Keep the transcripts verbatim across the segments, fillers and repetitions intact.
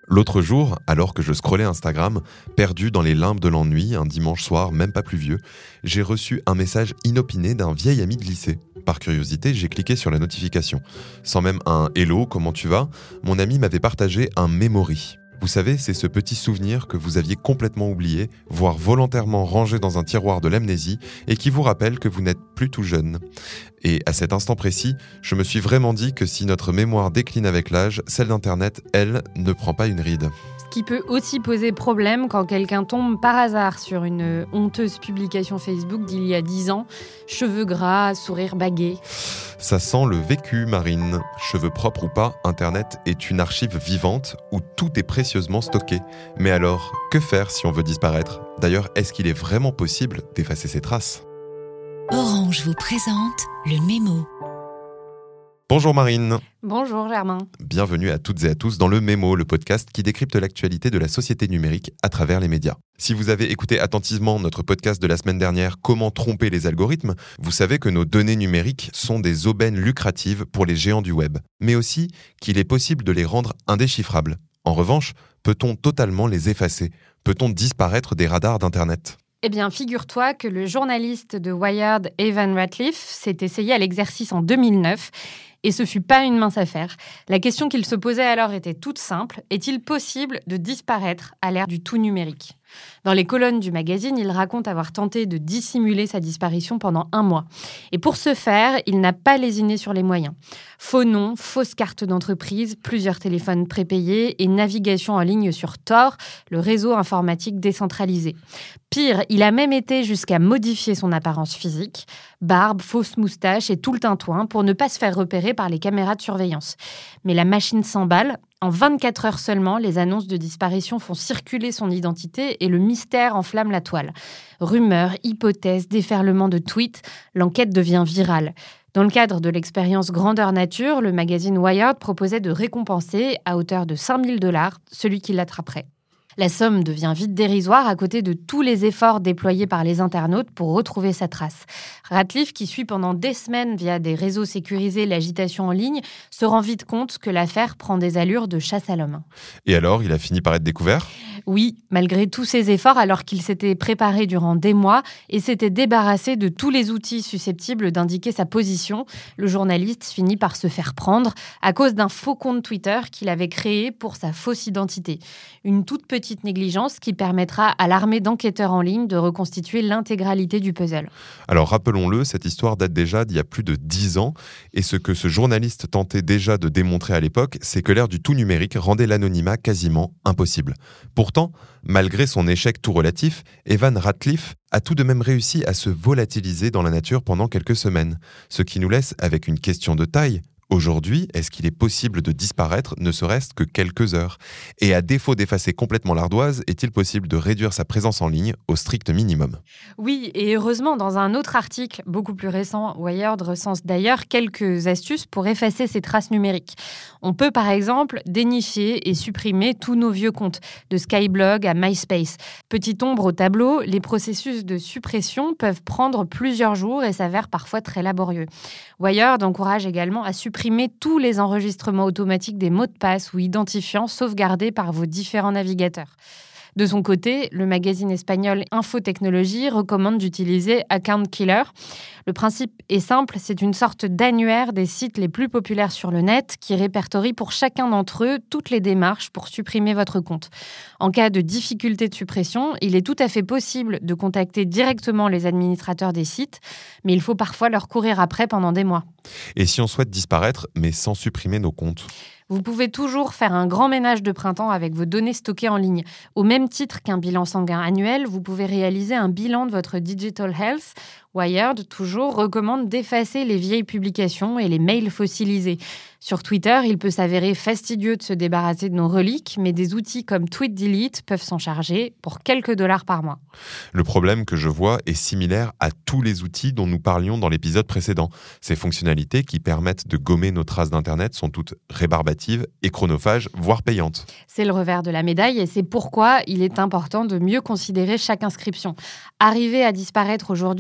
L'autre jour, alors que je scrollais Instagram, perdu dans les limbes de l'ennui, un dimanche soir même pas pluvieux, j'ai reçu un message inopiné d'un vieil ami de lycée. Par curiosité, j'ai cliqué sur la notification. Sans même un « Hello, comment tu vas ?», mon ami m'avait partagé un memory. Vous savez, c'est ce petit souvenir que vous aviez complètement oublié, voire volontairement rangé dans un tiroir de l'amnésie, et qui vous rappelle que vous n'êtes plus tout jeune. Et à cet instant précis, je me suis vraiment dit que si notre mémoire décline avec l'âge, celle d'Internet, elle, ne prend pas une ride. Ce qui peut aussi poser problème quand quelqu'un tombe par hasard sur une honteuse publication Facebook d'il y a dix ans, cheveux gras, sourire bagué. Ça sent le vécu, Marine. Cheveux propres ou pas, Internet est une archive vivante où tout est précieusement stocké. Mais alors, que faire si on veut disparaître ? D'ailleurs, est-ce qu'il est vraiment possible d'effacer ces traces ? Orange vous présente le Mémo. Bonjour Marine. Bonjour Germain. Bienvenue à toutes et à tous dans le Mémo, le podcast qui décrypte l'actualité de la société numérique à travers les médias. Si vous avez écouté attentivement notre podcast de la semaine dernière « Comment tromper les algorithmes », vous savez que nos données numériques sont des aubaines lucratives pour les géants du web, mais aussi qu'il est possible de les rendre indéchiffrables. En revanche, peut-on totalement les effacer ? Peut-on disparaître des radars d'Internet ? Eh bien, figure-toi que le journaliste de Wired, Evan Ratliff, s'est essayé à l'exercice en deux mille neuf et ce fut pas une mince affaire. La question qu'il se posait alors était toute simple. Est-il possible de disparaître à l'ère du tout numérique ? Dans les colonnes du magazine, il raconte avoir tenté de dissimuler sa disparition pendant un mois. Et pour ce faire, il n'a pas lésiné sur les moyens. Faux noms, fausses cartes d'entreprise, plusieurs téléphones prépayés et navigation en ligne sur Tor, le réseau informatique décentralisé. Pire, il a même été jusqu'à modifier son apparence physique, barbe, fausse moustache et tout le tintouin pour ne pas se faire repérer par les caméras de surveillance. Mais la machine s'emballe. En vingt-quatre heures seulement, les annonces de disparition font circuler son identité et le mystère enflamme la toile. Rumeurs, hypothèses, déferlement de tweets, l'enquête devient virale. Dans le cadre de l'expérience Grandeur Nature, le magazine Wired proposait de récompenser, à hauteur de cinq mille dollars, celui qui l'attraperait. La somme devient vite dérisoire à côté de tous les efforts déployés par les internautes pour retrouver sa trace. Ratliff, qui suit pendant des semaines via des réseaux sécurisés l'agitation en ligne, se rend vite compte que l'affaire prend des allures de chasse à l'homme. Et alors, il a fini par être découvert ? Oui, malgré tous ses efforts, alors qu'il s'était préparé durant des mois et s'était débarrassé de tous les outils susceptibles d'indiquer sa position, le journaliste finit par se faire prendre à cause d'un faux compte Twitter qu'il avait créé pour sa fausse identité. Une toute petite négligence qui permettra à l'armée d'enquêteurs en ligne de reconstituer l'intégralité du puzzle. Alors rappelons-le, cette histoire date déjà d'il y a plus de dix ans et ce que ce journaliste tentait déjà de démontrer à l'époque, c'est que l'ère du tout numérique rendait l'anonymat quasiment impossible. Pourtant, malgré son échec tout relatif, Evan Ratliff a tout de même réussi à se volatiliser dans la nature pendant quelques semaines, ce qui nous laisse avec une question de taille. Aujourd'hui, est-ce qu'il est possible de disparaître ne serait-ce que quelques heures ? Et à défaut d'effacer complètement l'ardoise, est-il possible de réduire sa présence en ligne au strict minimum ? Oui, et heureusement, dans un autre article beaucoup plus récent, Wired recense d'ailleurs quelques astuces pour effacer ses traces numériques. On peut par exemple dénicher et supprimer tous nos vieux comptes, de Skyblog à MySpace. Petite ombre au tableau, les processus de suppression peuvent prendre plusieurs jours et s'avèrent parfois très laborieux. Wired encourage également à supprimer Supprimer tous les enregistrements automatiques des mots de passe ou identifiants sauvegardés par vos différents navigateurs. De son côté, le magazine espagnol Infotechnologie recommande d'utiliser Account Killer. Le principe est simple, c'est une sorte d'annuaire des sites les plus populaires sur le net qui répertorie pour chacun d'entre eux toutes les démarches pour supprimer votre compte. En cas de difficulté de suppression, il est tout à fait possible de contacter directement les administrateurs des sites, mais il faut parfois leur courir après pendant des mois. Et si on souhaite disparaître, mais sans supprimer nos comptes ? Vous pouvez toujours faire un grand ménage de printemps avec vos données stockées en ligne. Au même titre qu'un bilan sanguin annuel, vous pouvez réaliser un bilan de votre digital health. Wired, toujours, recommande d'effacer les vieilles publications et les mails fossilisés. Sur Twitter, il peut s'avérer fastidieux de se débarrasser de nos reliques, mais des outils comme TweetDelete peuvent s'en charger pour quelques dollars par mois. Le problème que je vois est similaire à tous les outils dont nous parlions dans l'épisode précédent. Ces fonctionnalités qui permettent de gommer nos traces d'Internet sont toutes rébarbatives et chronophages, voire payantes. C'est le revers de la médaille et c'est pourquoi il est important de mieux considérer chaque inscription. Arriver à disparaître aujourd'hui ne signifie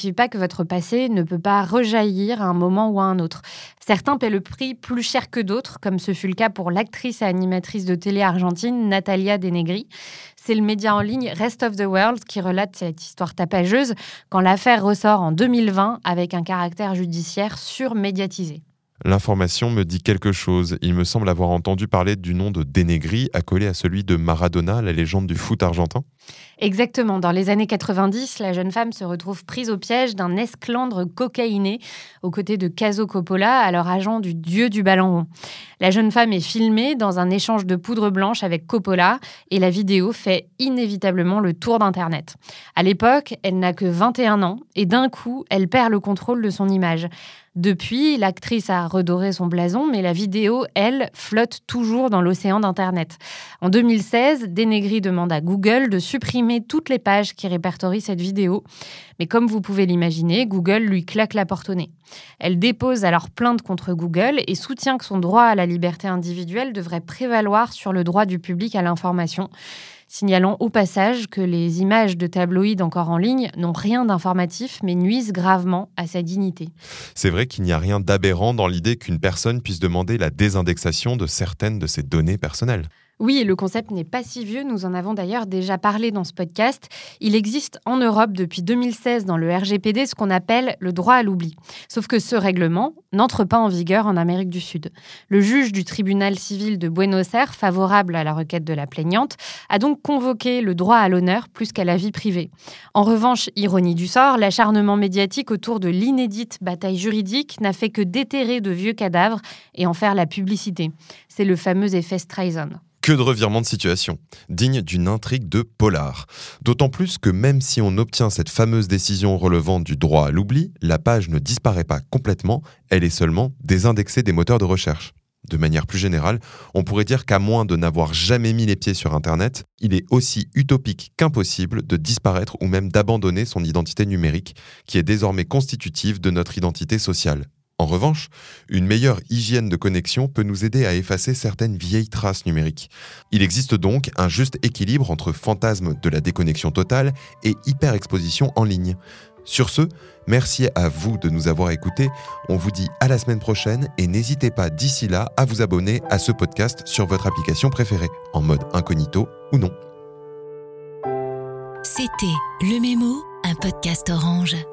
signifie pas que votre passé ne peut pas rejaillir à un moment ou à un autre. Certains paient le prix plus cher que d'autres, comme ce fut le cas pour l'actrice et animatrice de télé argentine Natalia Denegri. C'est le média en ligne Rest of the World qui relate cette histoire tapageuse quand l'affaire ressort en deux mille vingt avec un caractère judiciaire surmédiatisé. L'information me dit quelque chose. Il me semble avoir entendu parler du nom de Denegri accolé à celui de Maradona, la légende du foot argentin. Exactement. Dans les années quatre-vingt-dix, la jeune femme se retrouve prise au piège d'un esclandre cocaïné aux côtés de Caso Coppola, alors agent du dieu du ballon rond. La jeune femme est filmée dans un échange de poudre blanche avec Coppola et la vidéo fait inévitablement le tour d'Internet. À l'époque, elle n'a que vingt et un ans et d'un coup, elle perd le contrôle de son image. Depuis, l'actrice a redoré son blason, mais la vidéo, elle, flotte toujours dans l'océan d'Internet. En deux mille seize, Denegri demande à Google de supprimer toutes les pages qui répertorient cette vidéo. Mais comme vous pouvez l'imaginer, Google lui claque la porte au nez. Elle dépose alors plainte contre Google et soutient que son droit à la liberté individuelle devrait prévaloir sur le droit du public à l'information, signalant au passage que les images de tabloïds encore en ligne n'ont rien d'informatif mais nuisent gravement à sa dignité. C'est vrai qu'il n'y a rien d'aberrant dans l'idée qu'une personne puisse demander la désindexation de certaines de ses données personnelles. Oui, le concept n'est pas si vieux, nous en avons d'ailleurs déjà parlé dans ce podcast. Il existe en Europe depuis deux mille seize dans le R G P D ce qu'on appelle le droit à l'oubli. Sauf que ce règlement n'entre pas en vigueur en Amérique du Sud. Le juge du tribunal civil de Buenos Aires, favorable à la requête de la plaignante, a donc convoqué le droit à l'honneur plus qu'à la vie privée. En revanche, ironie du sort, l'acharnement médiatique autour de l'inédite bataille juridique n'a fait que déterrer de vieux cadavres et en faire la publicité. C'est le fameux effet Streisand. Que de revirement de situation, digne d'une intrigue de polar. D'autant plus que même si on obtient cette fameuse décision relevant du droit à l'oubli, la page ne disparaît pas complètement, elle est seulement désindexée des moteurs de recherche. De manière plus générale, on pourrait dire qu'à moins de n'avoir jamais mis les pieds sur Internet, il est aussi utopique qu'impossible de disparaître ou même d'abandonner son identité numérique, qui est désormais constitutive de notre identité sociale. En revanche, une meilleure hygiène de connexion peut nous aider à effacer certaines vieilles traces numériques. Il existe donc un juste équilibre entre fantasme de la déconnexion totale et hyper-exposition en ligne. Sur ce, merci à vous de nous avoir écoutés. On vous dit à la semaine prochaine et n'hésitez pas d'ici là à vous abonner à ce podcast sur votre application préférée, en mode incognito ou non. C'était Le Mémo, un podcast Orange.